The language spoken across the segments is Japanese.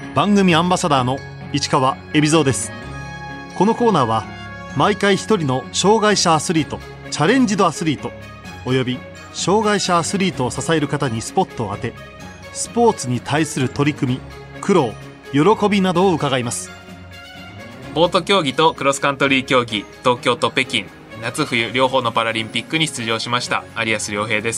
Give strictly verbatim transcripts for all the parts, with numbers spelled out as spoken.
番組アンバサダーの市川恵比蔵です。このコーナーは毎回一人の障害者アスリート、チャレンジドアスリートおよび障害者アスリートを支える方にスポットを当て、スポーツに対する取り組み、苦労、喜びなどを伺います。 ボート競技とクロスカントリー競技、東京と北京、夏冬両方のパラリンピックに出場しました有安良平です。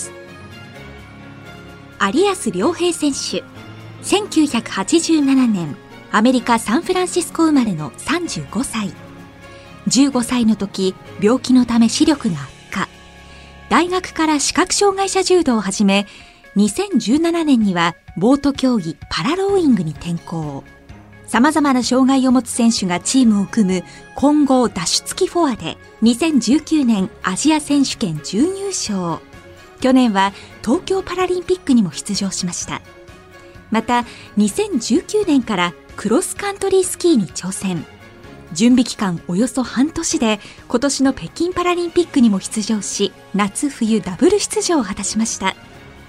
有安良平選手、せんきゅうひゃくはちじゅうななねんアメリカ・サンフランシスコ生まれのさんじゅうごさい。じゅうごさいの時、病気のため視力が悪化。大学から視覚障害者柔道を始め、にせんじゅうななねんにはボート競技パラローイングに転向。様々な障害を持つ選手がチームを組む混合ダッシュ付きフォアでにせんじゅうきゅうねんアジア選手権準優勝。去年は東京パラリンピックにも出場しました。またにせんじゅうきゅうねんからクロスカントリースキーに挑戦。準備期間およそ半年で今年の北京パラリンピックにも出場し、夏冬ダブル出場を果たしました。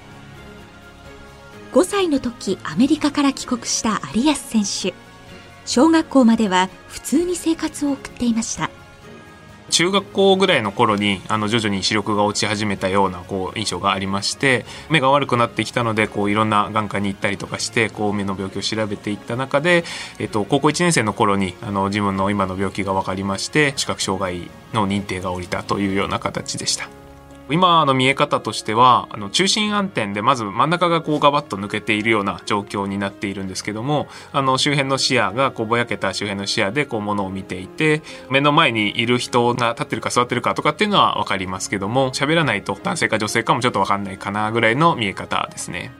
ごさいの時アメリカから帰国した有安選手。小学校までは普通に生活を送っていました。 中学校ぐらいの頃にあの徐々に視力が落ち始めたようなこう印象がありまして、目が悪くなってきたのでこういろんな眼科に行ったりとかしてこう目の病気を調べていった中で、えっと、高校いちねん生の頃にあの自分の今の病気が分かりまして、視覚障害の認定が下りたというような形でした。今の見え方としてはあの中心暗点でまず真ん中がこうガバッと抜けているような状況になっているんですけども、あの周辺の視野がこうぼやけた周辺の視野でこう物を見ていて、目の前にいる人が立ってるか座ってるかとかっていうのは分かりますけども、喋らないと男性か女性かもちょっと分かんないかなぐらいの見え方ですね。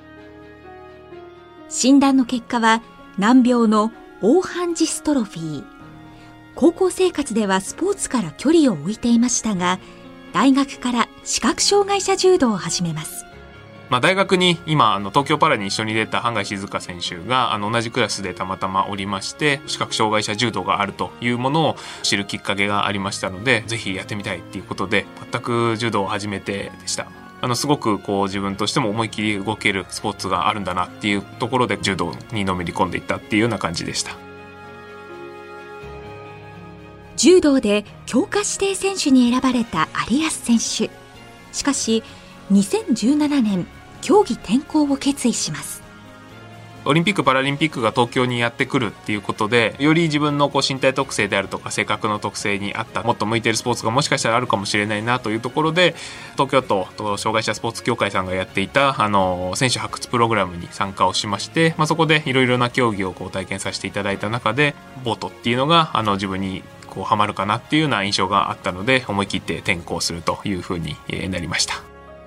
診断の結果は難病の黄斑ジストロフィー。高校生活ではスポーツから距離を置いていましたが、大学から視覚障害者柔道を始めます。 まあ、大学に今あの東京パラに一緒に出た半谷静香選手があの同じクラスでたまたまおりまして、視覚障害者柔道があるというものを知るきっかけがありましたので、ぜひやってみたいっていうことで全く柔道を始めてでした。あのすごくこう自分としても思い切り動けるスポーツがあるんだなっていうところで柔道にのめり込んでいったっていうような感じでした。 柔道で強化指定選手に選ばれた有安選手。しかしにせんじゅうななねん競技転向を決意します。 オリンピック・パラリンピックが東京にやってくるっていうことで、より自分のこう身体特性であるとか性格の特性に合ったもっと向いているスポーツがもしかしたらあるかもしれないなというところで、東京都障害者スポーツ協会さんがやっていたあの選手発掘プログラムに参加をしまして、まあ、そこでいろいろな競技をこう体験させていただいた中で、ボートっていうのがあの自分にこうハマるかなっていうような印象があったので、思い切って転向するというふうになりました。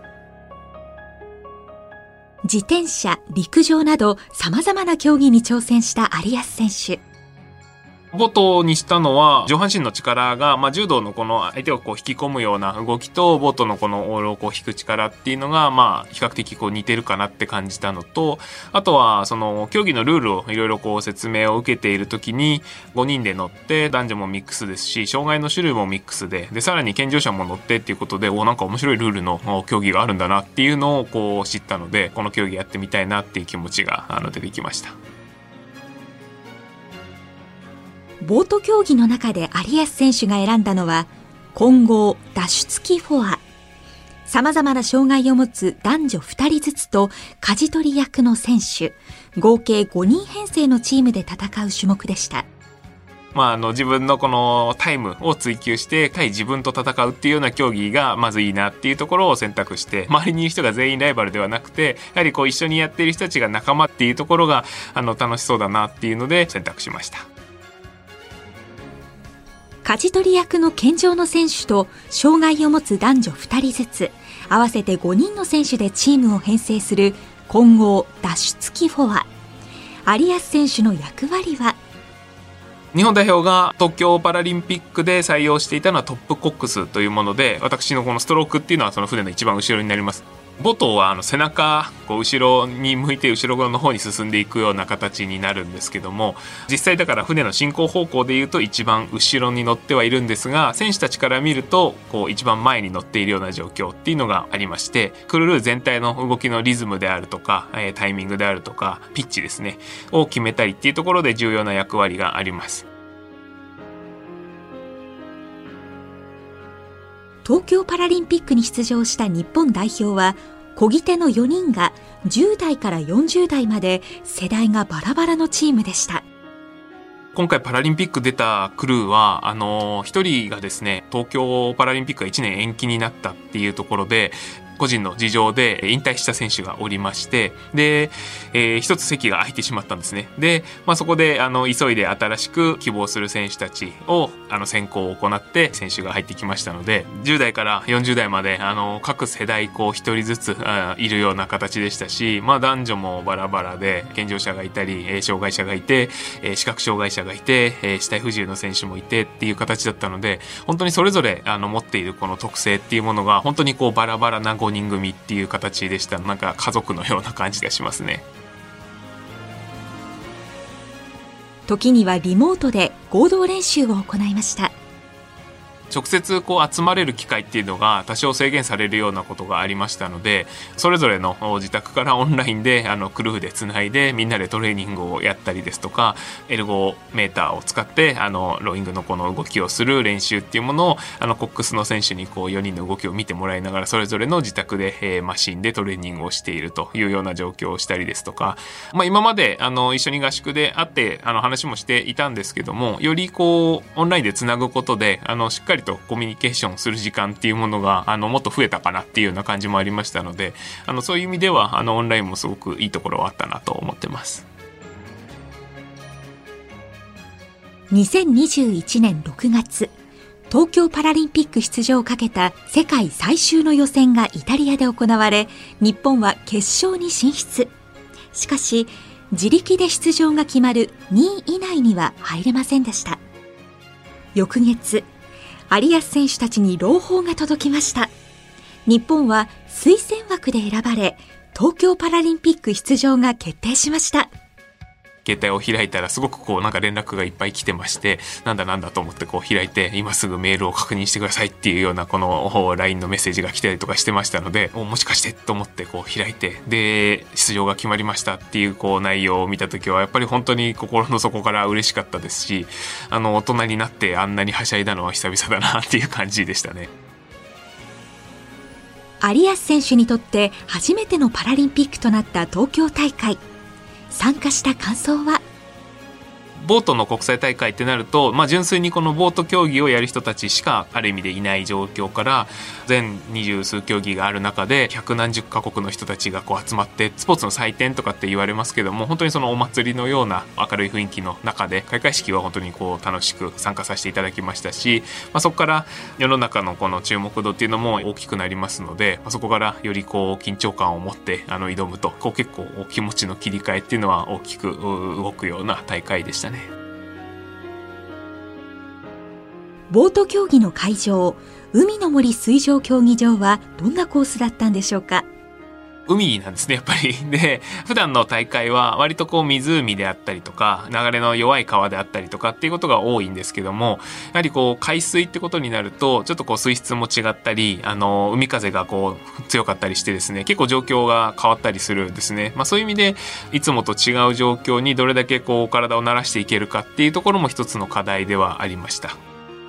自転車、陸上など様々な競技に挑戦した有安選手。 ボートにしたのは上半身の力が、まあ、柔道のこの相手をこう引き込むような動きとボートのこのオールをこう引く力っていうのが、まあ、比較的こう似てるかなって感じたのと、あとはその競技のルールをいろいろこう説明を受けている時にごにんで乗って男女もミックスですし、障害の種類もミックスで、でさらに健常者も乗ってっていうことで、おなんか面白いルールの競技があるんだなっていうのをこう知ったので、この競技やってみたいなっていう気持ちがあの出てきました。 ボート競技の中で有安選手が選んだのは混合ダッシュ付きフォア。様々な障害を持つ男女ふたりずつと舵取り役の選手、合計ごにん編成のチームで戦う種目でした。 まあ、あの自分のこのタイムを追求して対自分と戦うっていうような競技がまずいいなっていうところを選択して、周りにいる人が全員ライバルではなくて、やはりこう一緒にやっている人たちが仲間っていうところがあの楽しそうだなっていうので選択しました。 舵取り役の健常の選手と障害を持つ男女ふたりずつ合わせてごにんの選手でチームを編成する混合ダッシュ付きフォア。有安選手の役割は、 日本代表が東京パラリンピックで採用していたのはトップコックスというもので、私のこのストロークっていうのはその船の一番後ろになります。 冒頭はあの背中こう後ろに向いて後ろの方に進んでいくような形になるんですけども、実際だから船の進行方向でいうと一番後ろに乗ってはいるんですが、選手たちから見るとこう一番前に乗っているような状況っていうのがありまして、クルルー全体の動きのリズムであるとか、えー、タイミングであるとかピッチですねを決めたりっていうところで重要な役割があります。 東京パラリンピックに出場した日本代表は、漕ぎ手のよにんがじゅう代からよんじゅう代まで世代がバラバラのチームでした。 今回パラリンピック出たクルーはあのひとりがですね、東京パラリンピックがいちねん延期になったっていうところで個人の事情で引退した選手がおりまして、で、えー、一つ席が空いてしまったんですね。で、まあ、そこであの急いで新しく希望する選手たちをあの選考を行って選手が入ってきましたので、じゅう代からよんじゅう代まであの各世代こう一人ずつあいるような形でしたし、まあ、男女もバラバラで健常者がいたり、えー、障害者がいて、えー、視覚障害者がいて、えー、肢体不自由の選手もいてっていう形だったので、本当にそれぞれあの持っているこの特性っていうものが本当にこうバラバラなごにん組っていう形でした。なんか家族のような感じがしますね。 時にはリモートで合同練習を行いました。 直接こう集まれる機会っていうのが多少制限されるようなことがありましたので、それぞれの自宅からオンラインであのクルーでつないでみんなでトレーニングをやったりですとか、エルゴメーターを使ってあのローイングのこの動きをする練習っていうものをあのコックスの選手にこうよにんの動きを見てもらいながら、それぞれの自宅で、えー、マシンでトレーニングをしているというような状況をしたりですとか、まあ、今まであの一緒に合宿で会ってあの話もしていたんですけども、よりこうオンラインでつなぐことであのしっかりとコミュニケーションする時間っていうものがあのもっと増えたかなっていうような感じもありましたので、あのそういう意味ではあのオンラインもすごくいいところはあったなと思ってます。 にせんにじゅういちねんろくがつ、東京パラリンピック出場をかけた世界最終の予選がイタリアで行われ、日本は決勝に進出。しかし自力で出場が決まるにい以内には入れませんでした。翌月、有安選手たちに朗報が届きました。日本は推薦枠で選ばれ、東京パラリンピック出場が決定しました。 携帯を開いたらすごくこうなんか連絡がいっぱい来てまして、なんだなんだと思ってこう開いて、今すぐメールを確認してくださいっていうようなこの ライン のメッセージが来たりとかしてましたので、もしかしてと思ってこう開いて、で出場が決まりましたっていうこう内容を見た時はやっぱり本当に心の底から嬉しかったですし、あの大人になってあんなにはしゃいだのは久々だなっていう感じでしたね。 有安選手にとって初めてのパラリンピックとなった東京大会、参加した感想は？ ボートの国際大会ってなると、まあ、純粋にこのボート競技をやる人たちしかある意味でいない状況から、全二十数競技がある中で百何十カ国の人たちがこう集まって、スポーツの祭典とかって言われますけども、本当にそのお祭りのような明るい雰囲気の中で開会式は本当にこう楽しく参加させていただきましたし、まあ、そこから世の中のこの注目度っていうのも大きくなりますので、まあ、そこからよりこう緊張感を持ってあの挑むと、こう結構気持ちの切り替えっていうのは大きく動くような大会でしたね。 ボート競技の会場、海の森水上競技場はどんなコースだったんでしょうか？ 海なんですね、やっぱり。で、普段の大会は割とこう湖であったりとか、流れの弱い川であったりとかっていうことが多いんですけども、やはりこう海水ってことになると、ちょっとこう水質も違ったり、あの、海風がこう強かったりしてですね、結構状況が変わったりするんですね。まあそういう意味で、いつもと違う状況にどれだけこう体を慣らしていけるかっていうところも一つの課題ではありました。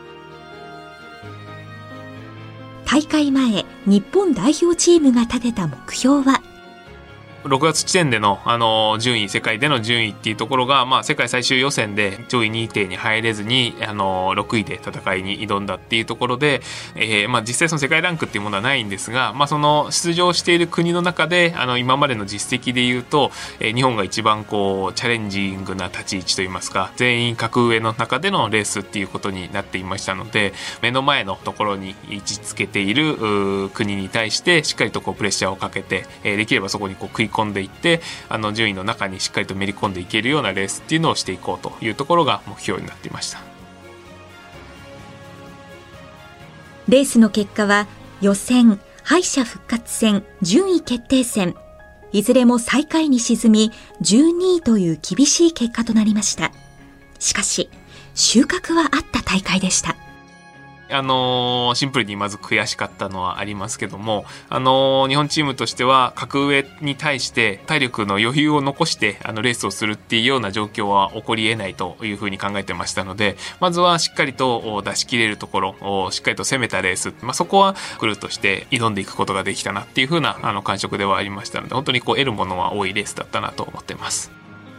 大会前、日本代表チームが立てた目標は？ ろくがつ時点での、あの順位、世界での順位っていうところが、まあ、世界最終予選で上位に艇に入れずに、あのろくいで戦いに挑んだっていうところで、えーまあ、実際その世界ランクっていうものはないんですが、まあ、その出場している国の中であの今までの実績でいうと、えー、日本が一番こうチャレンジングな立ち位置といいますか、全員格上の中でのレースっていうことになっていましたので、目の前のところに位置つけている国に対してしっかりとこうプレッシャーをかけて、えー、できればそこにこう食い込んでいって、あの順位の中にしっかりとめり込んでいけるようなレースっていうのをしていこうというところが目標になっていました。 レースの結果は予選敗者復活戦、順位決定戦、いずれも最下位に沈みじゅうにいという厳しい結果となりました。しかし収穫はあった大会でした。 あのー、シンプルにまず悔しかったのはありますけども、あのー、日本チームとしては格上に対して体力の余裕を残してあのレースをするっていうような状況は起こり得ないというふうに考えてましたので、まずはしっかりと出し切れるところ、しっかりと攻めたレース、まあ、そこはクルーとして挑んでいくことができたなっていうふうなあの感触ではありましたので、本当にこう得るものは多いレースだったなと思っています。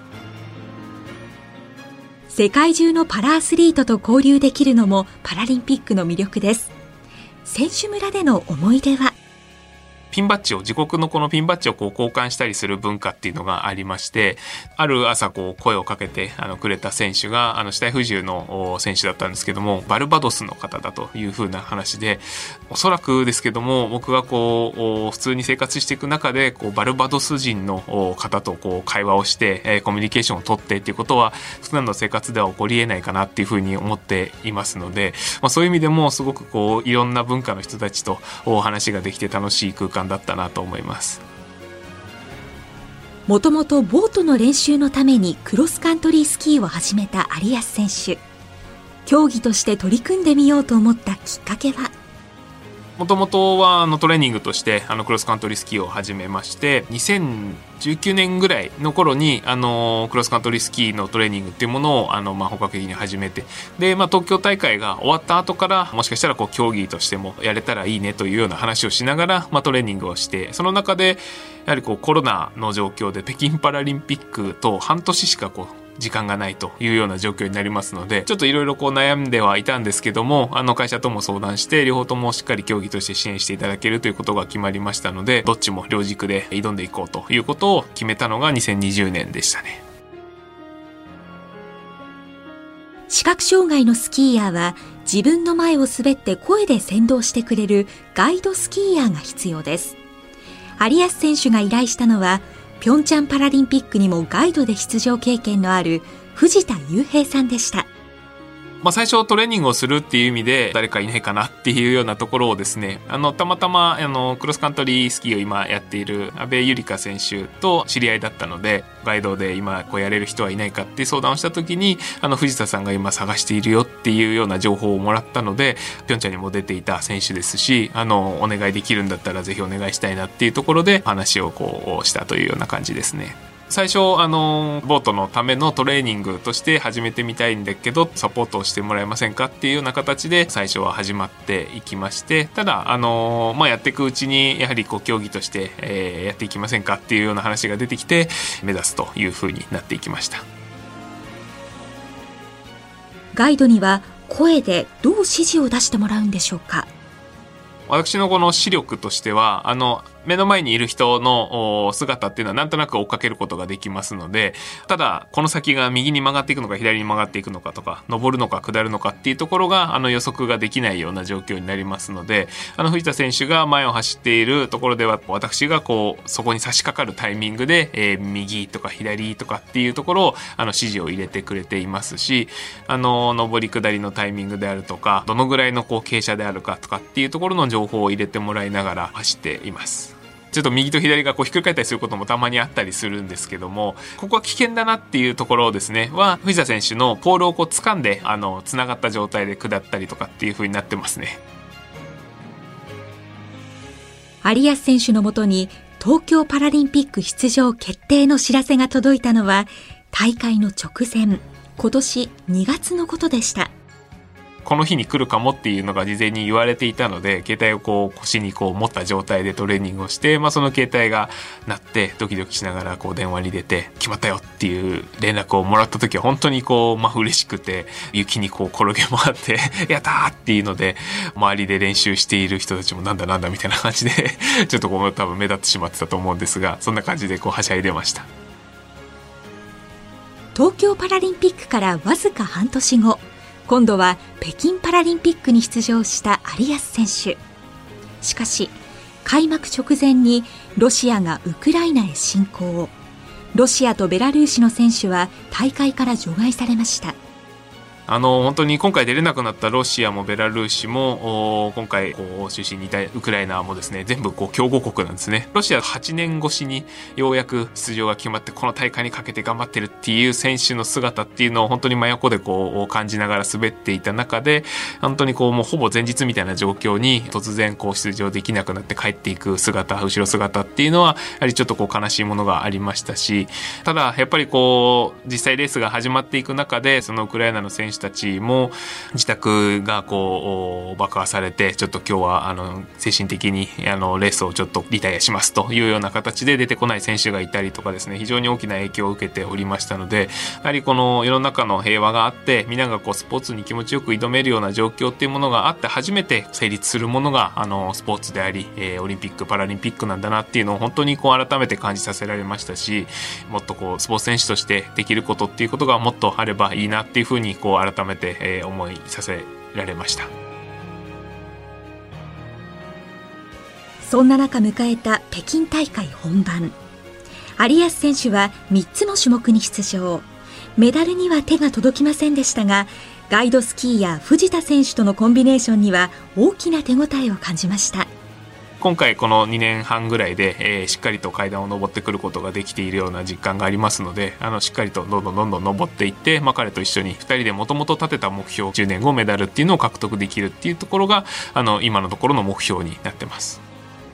世界中のパラアスリートと交流できるのもパラリンピックの魅力です。選手村での思い出は、 ピンバッジを自国のこのピンバッジをこう交換したりする文化っていうのがありまして、ある朝こう声をかけてあのくれた選手があの肢体不自由の選手だったんですけども、バルバドスの方だというふうな話で、おそらくですけども僕がこう普通に生活していく中でこうバルバドス人の方とこう会話をしてコミュニケーションを取ってっていうことは普段の生活では起こり得ないかなっていうふうに思っていますので、まあ、そういう意味でもすごくこういろんな文化の人たちとお話ができて楽しい空間だったなと思います。 もともとボートの練習のためにクロスカントリースキーを始めた有安選手、競技として取り組んでみようと思ったきっかけは、 もともとはあのトレーニングとしてあのクロスカントリースキーを始めまして、にせんじゅうきゅうねんぐらいの頃にあのクロスカントリースキーのトレーニングっていうものをあの、まあ、本格的に始めて、で、まあ、東京大会が終わった後からもしかしたらこう競技としてもやれたらいいねというような話をしながら、まあ、トレーニングをして、その中でやはりこうコロナの状況で北京パラリンピックと半年しかこう時間がないというような状況になりますので、ちょっといろいろこう悩んではいたんですけども、あの会社とも相談して両方ともしっかり競技として支援していただけるということが決まりましたので、どっちも両軸で挑んでいこうということを決めたのがにせんにじゅうねんでしたね。 視覚障害のスキーヤーは自分の前を滑って声で先導してくれるガイドスキーヤーが必要です。有安選手が依頼したのはピョンチャンパラリンピックにもガイドで出場経験のある藤田雄平さんでした。 まあ、最初トレーニングをするっていう意味で誰かいないかなっていうようなところをですね、あのたまたまあのクロスカントリースキーを今やっている阿部ゆりか選手と知り合いだったので、ガイドで今こうやれる人はいないかって相談をした時に、あの藤田さんが今探しているよっていうような情報をもらったので、ピョンチャンにも出ていた選手ですし、あのお願いできるんだったらぜひお願いしたいなっていうところで話をこうしたというような感じですね。最初あのボートのためのトレーニングとして始めてみたいんだけどサポートをしてもらえませんかっていうような形で最初は始まっていきまして、ただあの、まあ、やっていくうちにやはりこう競技として、えー、やっていきませんかっていうような話が出てきて目指すというふうになっていきました。 ガイドには声でどう指示を出してもらうんでしょうか。 私のこの視力としてはあの目の前にいる人の姿っていうのはなんとなく追っかけることができますので、ただこの先が右に曲がっていくのか左に曲がっていくのかとか上るのか下るのかっていうところがあの予測ができないような状況になりますので、あの藤田選手が前を走っているところでは私がこうそこに差し掛かるタイミングで、えー、右とか左とかっていうところをあの指示を入れてくれていますし、あの上り下りのタイミングであるとかどのぐらいのこう傾斜であるかとかっていうところの情報を入れてもらいながら走っています。ちょっと右と左がこうひっくり返ったりすることもたまにあったりするんですけども、ここは危険だなっていうところをですねは藤田選手のポールをこう掴んであのつながった状態で下ったりとかっていう風になってますね。 有安選手のもとに東京パラリンピック出場決定の知らせが届いたのは大会の直前、今年にがつのことでした。 この日に来るかもっていうのが事前に言われていたので、携帯をこう腰にこう持った状態でトレーニングをして、まあ、その携帯が鳴ってドキドキしながらこう電話に出て決まったよっていう連絡をもらった時は本当にこう、まあ、嬉しくて雪にこう転げ回ってやったーっていうので、周りで練習している人たちもなんだなんだみたいな感じでちょっとこう多分目立ってしまってたと思うんですが、そんな感じでこうはしゃいでました。 東京パラリンピックからわずか半年後、今度は北京パラリンピックに出場した有安選手。しかし開幕直前にロシアがウクライナへ侵攻。ロシアとベラルーシの選手は大会から除外されました。 あの本当に今回出れなくなったロシアもベラルーシも今回こう中心にいたウクライナもですね、全部こう強豪国なんですね。ロシアはちねん越しにようやく出場が決まって、この大会にかけて頑張ってるっていう選手の姿っていうのを本当に真横でこう感じながら滑っていた中で、本当にこうもうほぼ前日みたいな状況に突然こう出場できなくなって帰っていく姿、後ろ姿っていうのはやはりちょっとこう悲しいものがありましたし、ただやっぱりこう実際レースが始まっていく中で、そのウクライナの選手たちも自宅がこう爆破されて、ちょっと今日はあの精神的にあのレースをちょっとリタイアしますというような形で出てこない選手がいたりとかですね、非常に大きな影響を受けておりましたので、やはりこの世の中の平和があって、みんながこうスポーツに気持ちよく挑めるような状況っていうものがあって初めて成立するものがあのスポーツであり、えー、オリンピックパラリンピックなんだなっていうのを本当にこう改めて感じさせられましたし、もっとこうスポーツ選手としてできることっていうことがもっとあればいいなっていうふうにこう改めて、えー、思いさせられました。 そんな中迎えた北京大会本番、有安選手はみっつの種目に出場。メダルには手が届きませんでしたが、ガイドスキーや藤田選手とのコンビネーションには大きな手応えを感じました。 今回このにねんはんぐらいで、えー、しっかりと階段を上ってくることができているような実感がありますので、あのしっかりとどんどんどんどん上っていって、まあ、彼と一緒にふたりでもともと立てた目標じゅうねんごメダルっていうのを獲得できるっていうところがあの今のところの目標になってます。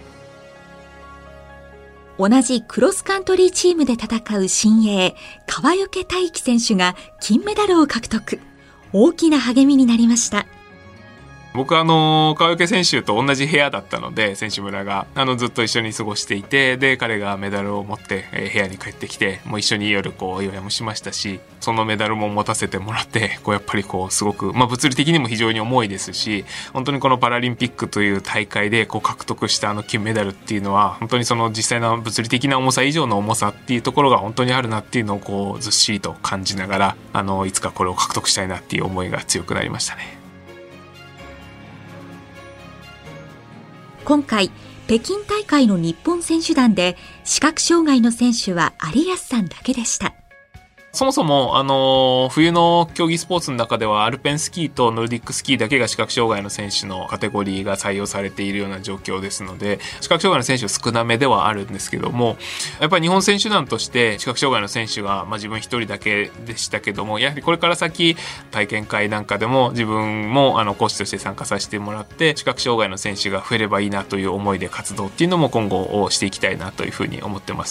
同じクロスカントリーチームで戦う新鋭川除大輝選手が金メダルを獲得、大きな励みになりました。 僕はあの川除選手と同じ部屋だったので、選手村があのずっと一緒に過ごしていて、で彼がメダルを持って、えー、部屋に帰ってきて、もう一緒に夜こうお祝いもしましたし、そのメダルも持たせてもらって、こうやっぱりこうすごく、まあ、物理的にも非常に重いですし、本当にこのパラリンピックという大会でこう獲得したあの金メダルっていうのは、本当にその実際の物理的な重さ以上の重さっていうところが本当にあるなっていうのをこうずっしりと感じながら、あのいつかこれを獲得したいなっていう思いが強くなりましたね。 今回北京大会の日本選手団で視覚障害の選手は有安さんだけでした。 そもそも、あのー、冬の競技スポーツの中ではアルペンスキーとノルディックスキーだけが視覚障害の選手のカテゴリーが採用されているような状況ですので、視覚障害の選手は少なめではあるんですけども、やっぱり日本選手団として視覚障害の選手が、まあ、自分一人だけでしたけども、やはりこれから先体験会なんかでも自分もあの講師として参加させてもらって、視覚障害の選手が増えればいいなという思いで活動っていうのも今後していきたいなというふうに思ってます。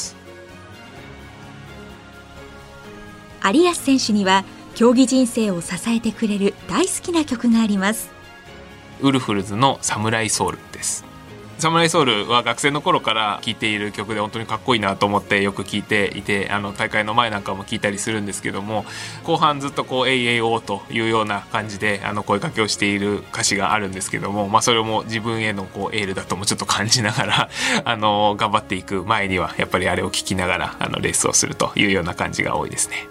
有安選手には競技人生を支えてくれる大好きな曲があります。 ウルフルズのサムライソウルです。サムライソウルは学生の頃から聴いている曲で、本当にかっこいいなと思ってよく聴いていて、あの大会の前なんかも聴いたりするんですけども、後半ずっとこう「エイエイオー」というような感じであの声かけをしている歌詞があるんですけども、まあ、それも自分へのこうエールだともちょっと感じながらあの頑張っていく前にはやっぱりあれを聴きながらあのレースをするというような感じが多いですね。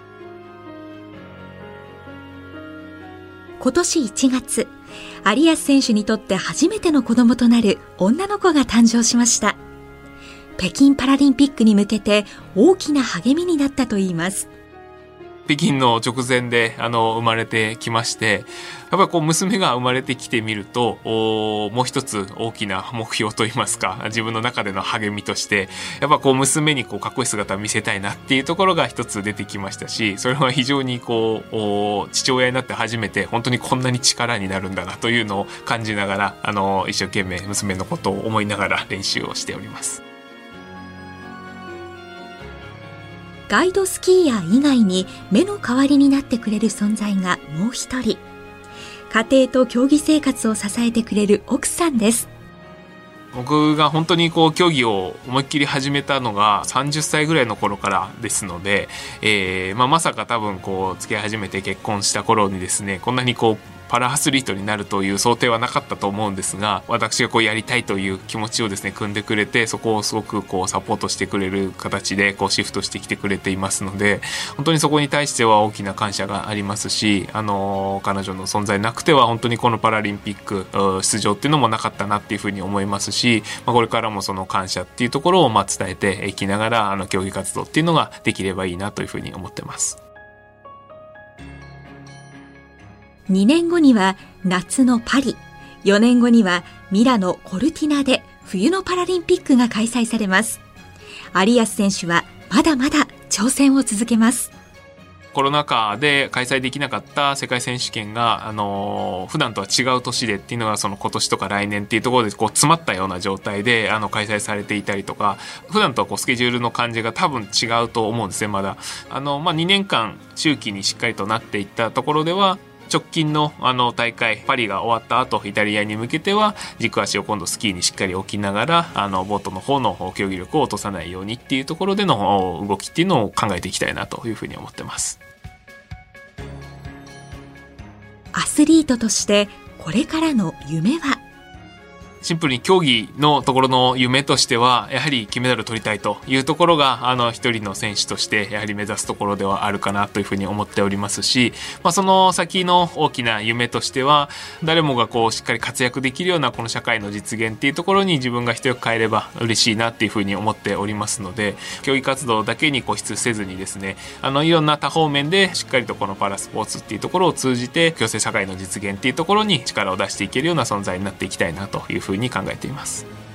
今年いちがつ、有安選手にとって初めての子供となる女の子が誕生しました。北京パラリンピックに向けて大きな励みになったといいます。 北京の直前であの生まれてきまして、やっぱりこう娘が生まれてきてみると、もう一つ大きな目標といいますか、自分の中での励みとして、やっぱこう娘にこうかっこいい姿を見せたいなっていうところが一つ出てきましたし、それは非常にこう父親になって初めて本当にこんなに力になるんだなというのを感じながら、あの一生懸命娘のことを思いながら練習をしております。 ガイドスキーヤー以外に目の代わりになってくれる存在がもう一人、家庭と競技生活を支えてくれる奥さんです。 僕が本当にこう競技を思いっきり始めたのがさんじゅっさいぐらいの頃からですので、えーまあ、まさか多分こう付き合い始めて結婚した頃にですね、こんなにこうパラアスリートになるという想定はなかったと思うんですが、私がこうやりたいという気持ちをですね組んでくれて、そこをすごくこうサポートしてくれる形でこうシフトしてきてくれていますので、本当にそこに対しては大きな感謝がありますし、あの彼女の存在なくては本当にこのパラリンピック出場っていうのもなかったなっていうふうに思いますし、まあ、これからもその感謝っていうところをまあ伝えていきながら、あの競技活動っていうのができればいいなというふうに思ってます。 にねんごには夏のパリ、よねんごにはミラノ・コルティナで冬のパラリンピックが開催されます。有安選手はまだまだ挑戦を続けます。 コロナ禍で開催できなかった世界選手権が、あのー、普段とは違う年でっていうのがその今年とか来年っていうところでこう詰まったような状態であの開催されていたりとか、普段とはこうスケジュールの感じが多分違うと思うんですね。まだあの、まあ、にねんかん周期にしっかりとなっていったところでは、直近のあの大会パリが終わった後イタリアに向けては軸足を今度スキーにしっかり置きながら、あのボートの方の競技力を落とさないようにっていうところでの動きっていうのを考えていきたいなというふうに思ってます。 アスリートとしてこれからの夢は？ シンプルに競技のところの夢としてはやはり金メダルを取りたいというところがあの一人の選手としてやはり目指すところではあるかなというふうに思っておりますし、まあ、その先の大きな夢としては誰もがこうしっかり活躍できるようなこの社会の実現っていうところに自分が一役変えれば嬉しいなっていうふうに思っておりますので、競技活動だけに固執せずにですね、あのいろんな多方面でしっかりとこのパラスポーツっていうところを通じて共生社会の実現っていうところに力を出していけるような存在になっていきたいなというふうに考えています。